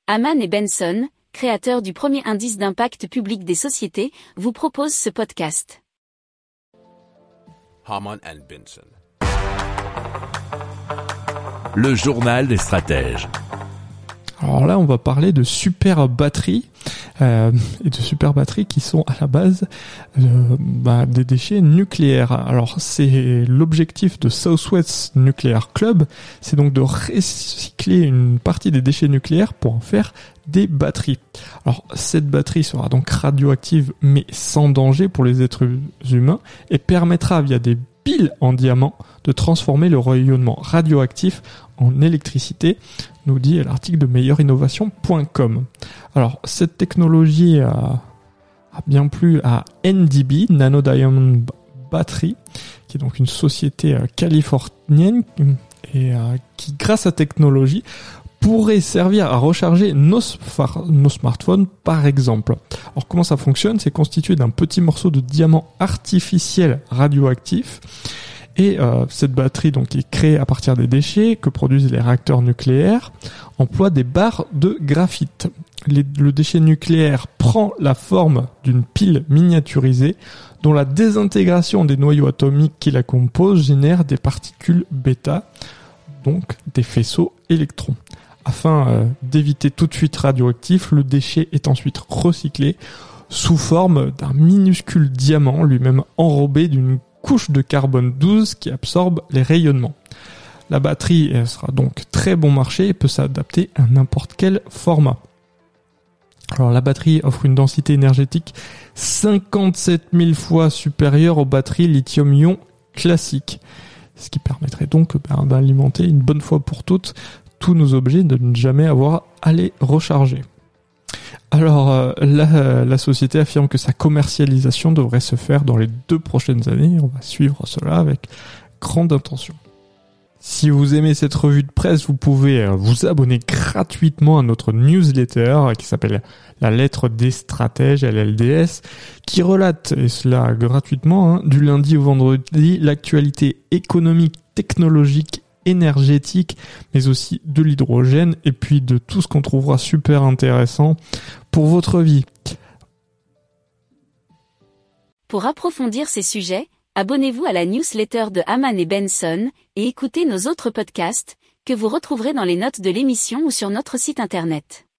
Hamann et Benson, créateurs du premier indice d'impact public des sociétés, vous proposent ce podcast. Hamann and Benson. Le journal des stratèges. Alors là, on va parler de super batteries et de super batteries qui sont à la base des déchets nucléaires. Alors c'est l'objectif de Southwest Nuclear Club, c'est donc de recycler une partie des déchets nucléaires pour en faire des batteries. Alors cette batterie sera donc radioactive mais sans danger pour les êtres humains et permettra via des piles en diamant de transformer le rayonnement radioactif en électricité, nous dit l'article de meilleurinnovation.com. Alors cette technologie a bien plu à NDB, Nano Diamond Battery, qui est donc une société californienne et qui, grâce à cette technologie, pourrait servir à recharger nos smartphones par exemple. Alors comment ça fonctionne ? C'est constitué d'un petit morceau de diamant artificiel radioactif et cette batterie donc qui est créée à partir des déchets que produisent les réacteurs nucléaires emploie des barres de graphite. Le déchet nucléaire prend la forme d'une pile miniaturisée dont la désintégration des noyaux atomiques qui la composent génère des particules bêta, donc des faisceaux électrons. Afin d'éviter toute fuite radioactive, le déchet est ensuite recyclé sous forme d'un minuscule diamant, lui-même enrobé d'une couche de carbone 12 qui absorbe les rayonnements. La batterie sera donc très bon marché et peut s'adapter à n'importe quel format. Alors la batterie offre une densité énergétique 57 000 fois supérieure aux batteries lithium-ion classiques, ce qui permettrait donc d'alimenter une bonne fois pour toutes tous nos objets, de ne jamais avoir à les recharger. Alors la société affirme que sa commercialisation devrait se faire dans les 2 prochaines années. On va suivre cela avec grande attention. Si vous aimez cette revue de presse, vous pouvez vous abonner gratuitement à notre newsletter qui s'appelle La Lettre des Stratèges, LLDS, qui relate, et cela gratuitement, du lundi au vendredi, l'actualité économique, technologique, énergétique, mais aussi de l'hydrogène et puis de tout ce qu'on trouvera super intéressant pour votre vie. Pour approfondir ces sujets, abonnez-vous à la newsletter de Hamann et Benson et écoutez nos autres podcasts que vous retrouverez dans les notes de l'émission ou sur notre site internet.